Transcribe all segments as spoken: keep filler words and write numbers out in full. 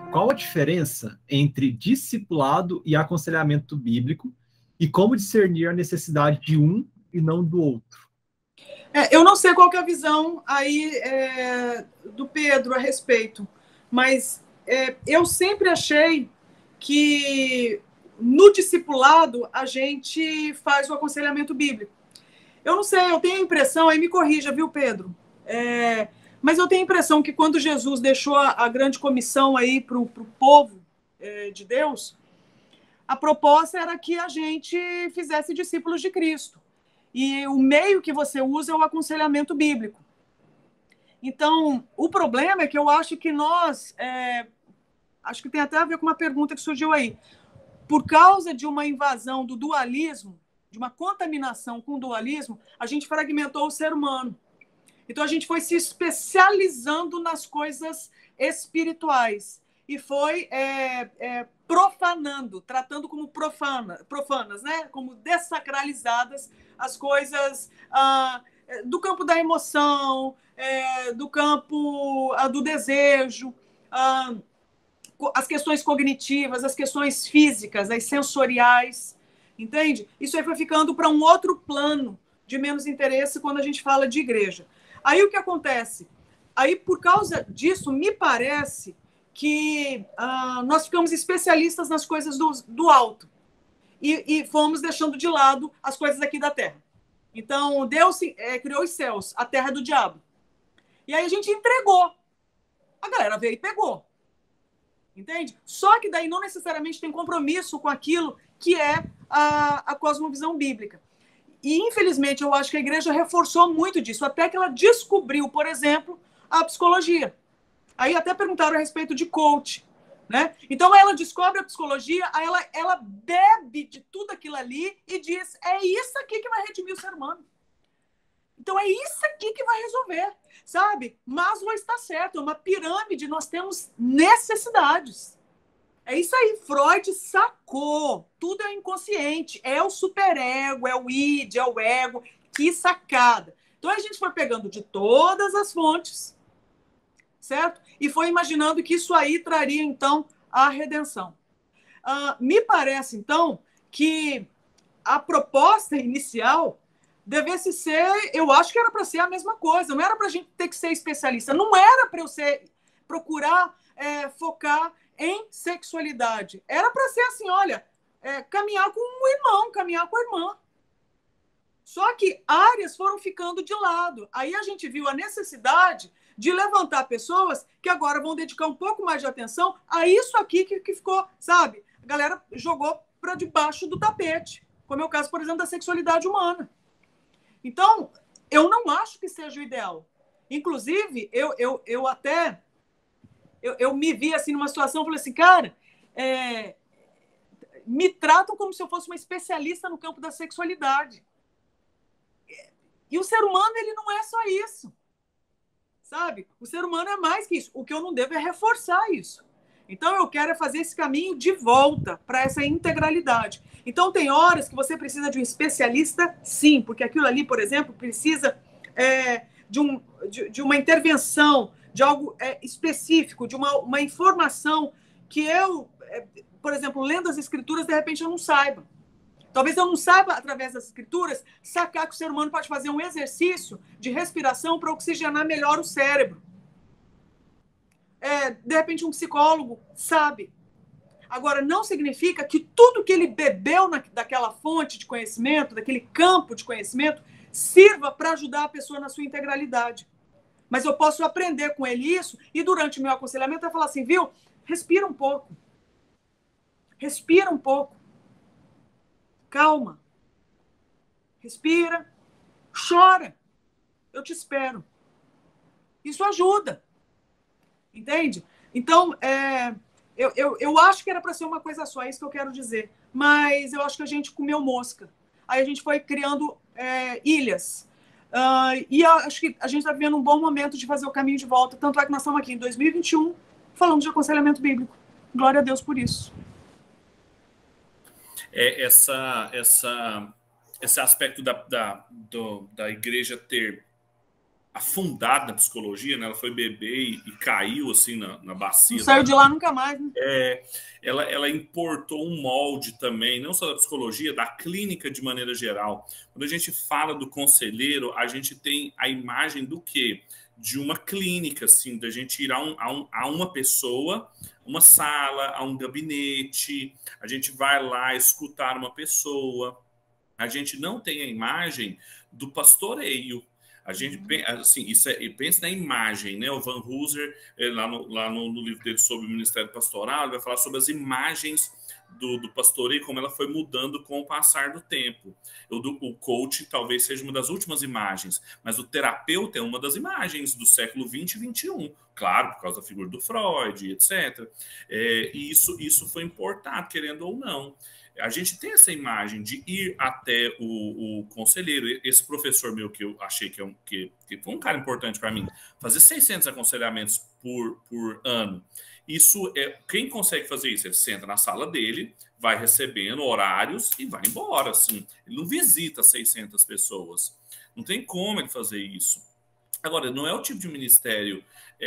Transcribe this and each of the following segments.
qual a diferença entre discipulado e aconselhamento bíblico e como discernir a necessidade de um e não do outro? É, eu não sei qual que é a visão aí é, do Pedro a respeito, mas é, eu sempre achei que no discipulado a gente faz o aconselhamento bíblico. Eu não sei, eu tenho a impressão, aí me corrija, viu, Pedro? É, mas eu tenho a impressão que quando Jesus deixou a, a grande comissão aí para o povo é, de Deus, a proposta era que a gente fizesse discípulos de Cristo. E o meio que você usa é o aconselhamento bíblico. Então, o problema é que eu acho que nós, é, acho que tem até a ver com uma pergunta que surgiu aí, por causa de uma invasão do dualismo, de uma contaminação com o dualismo, a gente fragmentou o ser humano. Então, a gente foi se especializando nas coisas espirituais e foi é, é, profanando, tratando como profana, profanas, né? Como dessacralizadas as coisas ah, do campo da emoção, é, do campo ah, do desejo, ah, as questões cognitivas, as questões físicas, as sensoriais, entende? Isso aí foi ficando para um outro plano de menos interesse quando a gente fala de igreja. Aí o que acontece? Aí, por causa disso, me parece que ah, nós ficamos especialistas nas coisas do, do alto e, e fomos deixando de lado as coisas aqui da terra. Então, Deus é, criou os céus, a terra é do diabo. E aí a gente entregou. A galera veio e pegou. Entende? Só que daí não necessariamente tem compromisso com aquilo que é a, a cosmovisão bíblica. E, infelizmente, eu acho que a igreja reforçou muito disso, até que ela descobriu, por exemplo, a psicologia. Aí até perguntaram a respeito de coach, né? Então, ela descobre a psicologia, aí ela, ela bebe de tudo aquilo ali e diz, é isso aqui que vai redimir o ser humano. Então, é isso aqui que vai resolver, sabe? Maslow está certo, é uma pirâmide, nós temos necessidades. É isso aí, Freud sacou. Tudo é inconsciente. É o superego, é o id, é o ego. Que sacada. Então, a gente foi pegando de todas as fontes, certo? E foi imaginando que isso aí traria, então, a redenção. Uh, me parece, então, que a proposta inicial devesse ser, eu acho que era para ser a mesma coisa. Não era para a gente ter que ser especialista. Não era para eu ser, procurar é, focar em sexualidade. Era para ser assim, olha, é, caminhar com o irmão, caminhar com a irmã. Só que áreas foram ficando de lado. Aí a gente viu a necessidade de levantar pessoas que agora vão dedicar um pouco mais de atenção a isso aqui que, que ficou, sabe? A galera jogou para debaixo do tapete. Como é o caso, por exemplo, da sexualidade humana. Então, eu não acho que seja o ideal. Inclusive, eu, eu, eu até... Eu, eu me vi assim numa situação, falei assim, cara, é, me tratam como se eu fosse uma especialista no campo da sexualidade. E o ser humano, ele não é só isso, sabe? O ser humano é mais que isso. O que eu não devo é reforçar isso. Então, eu quero é fazer esse caminho de volta para essa integralidade. Então, tem horas que você precisa de um especialista, sim, porque aquilo ali, por exemplo, precisa é, de, um, de, de uma intervenção, de algo é, específico, de uma, uma informação que eu, é, por exemplo, lendo as escrituras, de repente eu não saiba. Talvez eu não saiba, através das escrituras, sacar que o ser humano pode fazer um exercício de respiração para oxigenar melhor o cérebro. É, de repente, um psicólogo sabe. Agora, não significa que tudo que ele bebeu na, daquela fonte de conhecimento, daquele campo de conhecimento, sirva para ajudar a pessoa na sua integralidade. Mas eu posso aprender com ele isso e, durante o meu aconselhamento, eu falar assim, viu? Respira um pouco. Respira um pouco. Calma. Respira. Chora. Eu te espero. Isso ajuda. Entende? Então, é, eu, eu, eu acho que era para ser uma coisa só, é isso que eu quero dizer. Mas eu acho que a gente comeu mosca. Aí a gente foi criando é, ilhas. Uh, e eu acho que a gente está vivendo um bom momento de fazer o caminho de volta. Tanto é que nós estamos aqui em dois mil e vinte e um falando de aconselhamento bíblico. Glória a Deus por isso. É essa, essa, esse aspecto da, da, do, da igreja ter afundada na psicologia, né? Ela foi bebê e, e caiu assim na, na bacia. Não saiu de lá nunca mais, né? É, ela, ela importou um molde também, não só da psicologia, da clínica de maneira geral. Quando a gente fala do conselheiro, a gente tem a imagem do quê? De uma clínica, assim, da gente ir a, um, a, um, a uma pessoa, uma sala, a um gabinete, a gente vai lá escutar uma pessoa. A gente não tem a imagem do pastoreio. A gente, assim, isso é, pensa na imagem, né? O Van Hooser, lá, no, lá no, no livro dele sobre o Ministério Pastoral, ele vai falar sobre as imagens do, do pastoreio, como ela foi mudando com o passar do tempo. O, do, o coach talvez seja uma das últimas imagens, mas o terapeuta é uma das imagens do século vinte e vinte e um, claro, por causa da figura do Freud, etcétera. É, e isso, isso foi importado, querendo ou não. A gente tem essa imagem de ir até o, o conselheiro, esse professor meu que eu achei que, é um, que, que foi um cara importante para mim, fazer seiscentos aconselhamentos por, por ano. Isso é, quem consegue fazer isso? Ele senta na sala dele, vai recebendo horários e vai embora. Assim. Ele não visita seiscentas pessoas. Não tem como ele fazer isso. Agora, não é o tipo de ministério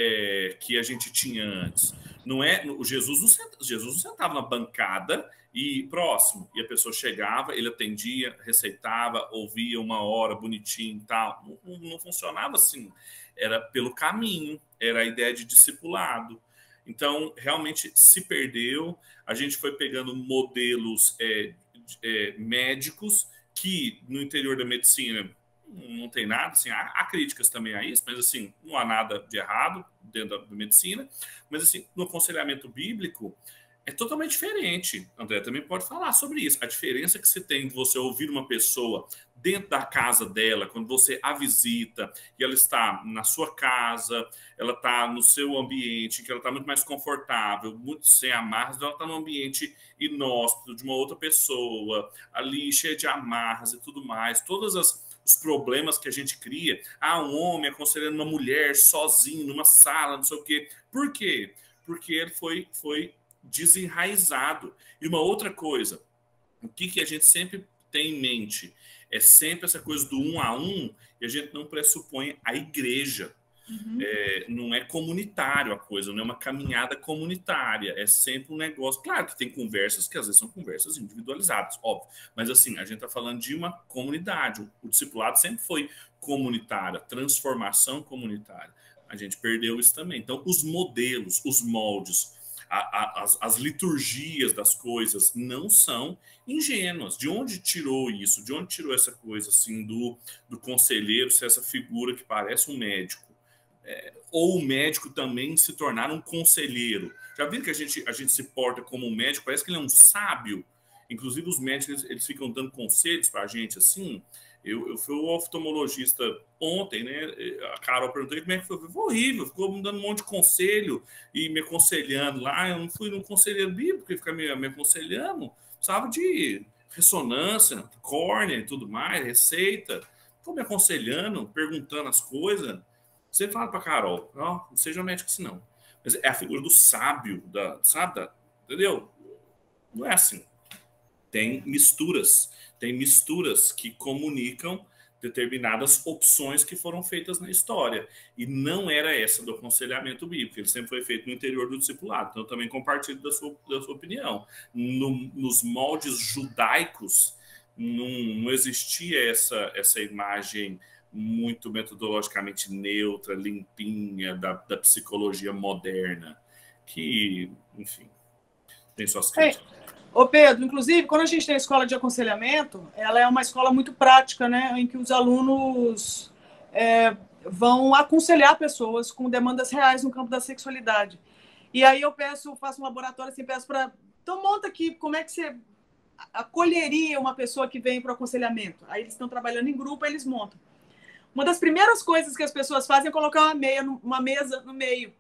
é, que a gente tinha antes. Não é, o Jesus não, senta, Jesus não sentava na bancada e próximo. E a pessoa chegava, ele atendia, receitava, ouvia uma hora bonitinho e tal. Não, não funcionava assim. Era pelo caminho, era a ideia de discipulado. Então, realmente se perdeu. A gente foi pegando modelos é, é, médicos que, no interior da medicina, não tem nada, assim, há, há críticas também a isso, mas assim, não há nada de errado dentro da medicina, mas assim, no aconselhamento bíblico é totalmente diferente. André também pode falar sobre isso. A diferença que se tem de você ouvir uma pessoa dentro da casa dela, quando você a visita e ela está na sua casa, ela está no seu ambiente, que ela está muito mais confortável, muito sem amarras, ela está num ambiente inóspito de uma outra pessoa, ali cheia de amarras e tudo mais, todas as os problemas que a gente cria. Ah, um homem aconselhando uma mulher sozinho numa sala, não sei o quê. Por quê? Porque ele foi, foi desenraizado. E uma outra coisa, o que, que a gente sempre tem em mente? É sempre essa coisa do um a um, e a gente não pressupõe a igreja. Uhum. É, não é comunitário a coisa, não é uma caminhada comunitária, é sempre um negócio. Claro que tem conversas que às vezes são conversas individualizadas, óbvio, mas assim, a gente está falando de uma comunidade. O, o discipulado sempre foi comunitário, a transformação comunitária. A gente perdeu isso também. Então, os modelos, os moldes, a, a, as, as liturgias das coisas não são ingênuas. De onde tirou isso? De onde tirou essa coisa assim do, do conselheiro ser essa figura que parece um médico? É, ou o médico também se tornar um conselheiro. Já viram que a gente, a gente se porta como um médico, parece que ele é um sábio. Inclusive os médicos, eles ficam dando conselhos para a gente, assim. Eu, eu fui o oftalmologista ontem, né? A Carol perguntou como é que foi. Foi horrível, ficou me dando um monte de conselho e me aconselhando lá. Eu não fui num conselheiro bíblico que fica me, me aconselhando. Precisava de ressonância, córnea e tudo mais, receita. Ficou me aconselhando, perguntando as coisas. Você fala para Carol, não, não seja médico assim, não. Mas é a figura do sábio, da, sabe? Da, entendeu? Não é assim. Tem misturas. Tem misturas que comunicam determinadas opções que foram feitas na história. E não era essa do aconselhamento bíblico. Ele sempre foi feito no interior do discipulado. Então, eu também compartilho da sua, da sua opinião. No, nos moldes judaicos, não, não existia essa, essa imagem muito metodologicamente neutra, limpinha, da, da psicologia moderna, que, enfim, tem suas críticas. Ô Pedro, inclusive, quando a gente tem a escola de aconselhamento, ela é uma escola muito prática, né, em que os alunos é, vão aconselhar pessoas com demandas reais no campo da sexualidade. E aí eu peço, faço um laboratório assim, peço para... Então, monta aqui como é que você acolheria uma pessoa que vem para o aconselhamento. Aí eles estão trabalhando em grupo, aí eles montam. Uma das primeiras coisas que as pessoas fazem é colocar uma, meia, uma mesa no meio.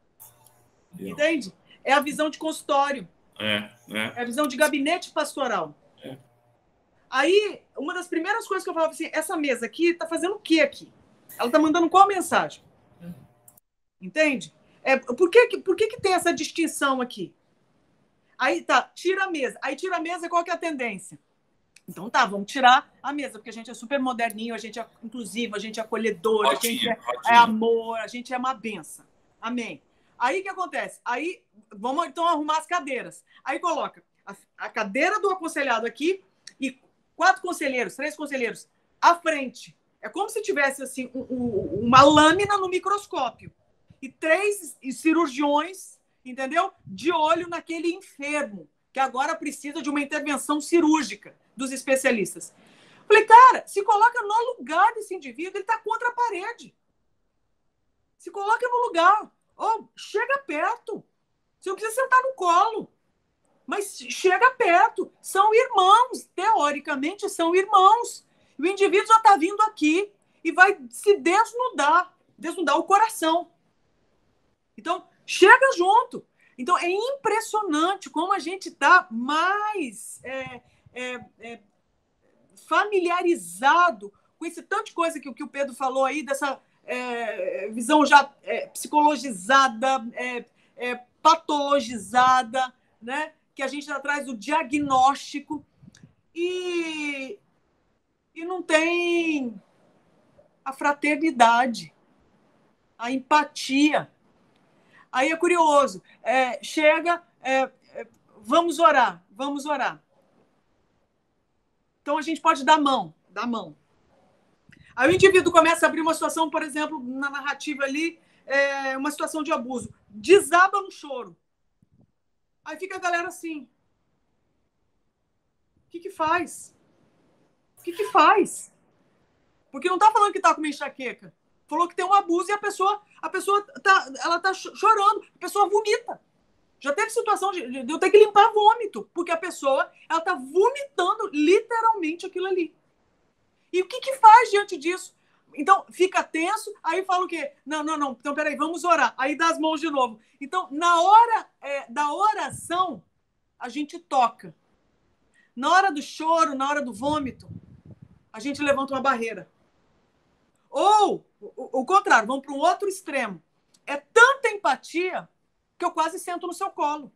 Eu. Entende? É a visão de consultório. É, é. É a visão de gabinete pastoral. É. Aí, uma das primeiras coisas que eu falava assim, essa mesa aqui está fazendo o quê aqui? Ela está mandando qual mensagem? É. Entende? É, por que, por que, que tem essa distinção aqui? Aí tá, tira a mesa. Aí tira a mesa, qual que é a tendência? Então tá, vamos tirar a mesa, porque a gente é super moderninho, a gente é inclusivo, a gente é acolhedor, a gente é, é amor, a gente é uma benção. Amém. Aí o que acontece? Aí vamos então arrumar as cadeiras. Aí coloca a, a cadeira do aconselhado aqui e quatro conselheiros, três conselheiros à frente. É como se tivesse assim um, um, uma lâmina no microscópio e três cirurgiões, entendeu? De olho naquele enfermo que agora precisa de uma intervenção cirúrgica dos especialistas. Falei, cara, se coloca no lugar desse indivíduo, ele está contra a parede. Se coloca no lugar. Oh, chega perto. Você não precisa sentar no colo. Mas chega perto. São irmãos. Teoricamente, são irmãos. E o indivíduo já está vindo aqui e vai se desnudar. Desnudar o coração. Então, chega junto. Então, é impressionante como a gente está mais é, é, é, familiarizado com esse tanto de coisa que, que o Pedro falou aí, dessa é, visão já é, psicologizada, é, é, patologizada, né? Que a gente está atrás do diagnóstico e, e não tem a fraternidade, a empatia. Aí é curioso, é, chega, é, é, vamos orar, vamos orar. Então a gente pode dar mão, dar mão. Aí o indivíduo começa a abrir uma situação, por exemplo, na narrativa ali, é, uma situação de abuso, desaba no choro. Aí fica a galera assim, o que que faz? O que que faz? Porque não está falando que está com uma enxaqueca. Falou que tem um abuso e a pessoa a pessoa tá, ela tá chorando, a pessoa vomita. Já teve situação de, de eu ter que limpar vômito, porque a pessoa ela tá vomitando literalmente aquilo ali. E o que que faz diante disso? Então, fica tenso, aí fala o quê? Não, não, não, então peraí, vamos orar. Aí dá as mãos de novo. Então, na hora é, da oração, a gente toca. Na hora do choro, na hora do vômito, a gente levanta uma barreira. Ou, o, o contrário, vamos para um outro extremo. É tanta empatia que eu quase sento no seu colo.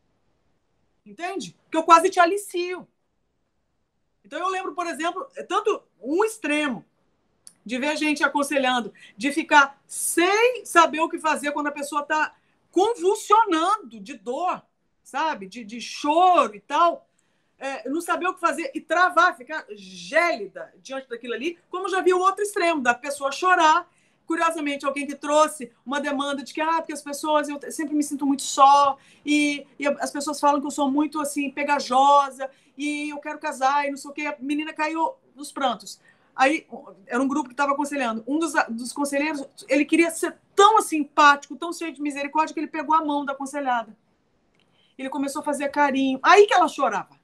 Entende? Que eu quase te alicio. Então, eu lembro, por exemplo, é tanto um extremo de ver a gente aconselhando, de ficar sem saber o que fazer quando a pessoa está convulsionando de dor, sabe? De, de choro e tal. É, não saber o que fazer e travar, ficar gélida diante daquilo ali, como já vi o outro extremo, da pessoa chorar. Curiosamente, alguém que trouxe uma demanda de que, ah, porque as pessoas, eu sempre me sinto muito só, e, e as pessoas falam que eu sou muito, assim, pegajosa, e eu quero casar, e não sei o quê. A menina caiu nos prantos. Aí, era um grupo que estava aconselhando. Um dos, dos conselheiros, ele queria ser tão, assim, empático, tão cheio de misericórdia, que ele pegou a mão da aconselhada. Ele começou a fazer carinho. Aí que ela chorava.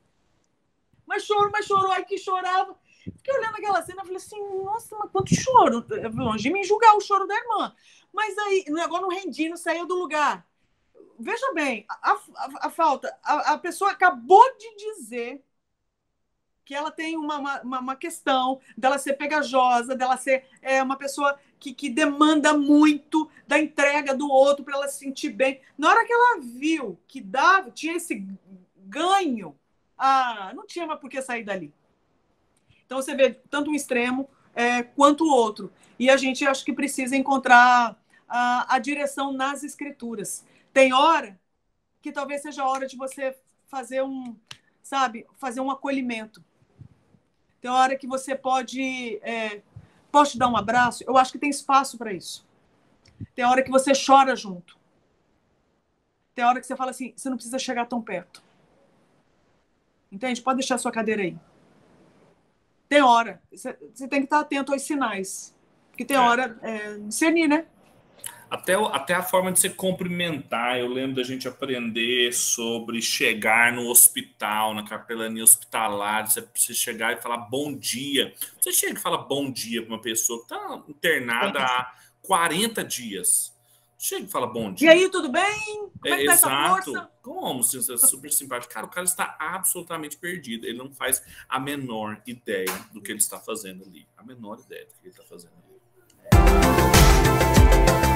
Mas chorou, mas chorou, aí que chorava. Fiquei olhando aquela cena e falei assim, nossa, mas quanto choro. Longe de mim julgar o choro da irmã. Mas aí, o negócio não rendia, não saiu do lugar. Veja bem, a, a, a falta, a, a pessoa acabou de dizer que ela tem uma, uma, uma questão dela ser pegajosa, dela ser é, uma pessoa que, que demanda muito da entrega do outro para ela se sentir bem. Na hora que ela viu que dava, tinha esse ganho, ah, não tinha mais por que sair dali. Então, você vê tanto um extremo é, quanto o outro. E a gente acho que precisa encontrar a, a direção nas escrituras. Tem hora que talvez seja a hora de você fazer um, sabe, fazer um acolhimento. Tem hora que você pode... É, posso te dar um abraço? Eu acho que tem espaço para isso. Tem hora que você chora junto. Tem hora que você fala assim, você não precisa chegar tão perto. Entende? Pode deixar a sua cadeira aí. Tem hora. Você tem que estar atento aos sinais. Porque tem hora é, discernir, né? Até, até a forma de se cumprimentar. Eu lembro da gente aprender sobre chegar no hospital, na capelania hospitalar. Você precisa chegar e falar bom dia. Você chega e fala bom dia para uma pessoa que está internada há quarenta dias. Chega e fala bom dia. E aí, tudo bem? Como é que tá essa força? Como? Você é super simpático. Cara, o cara está absolutamente perdido. Ele não faz a menor ideia do que ele está fazendo ali. A menor ideia do que ele está fazendo ali.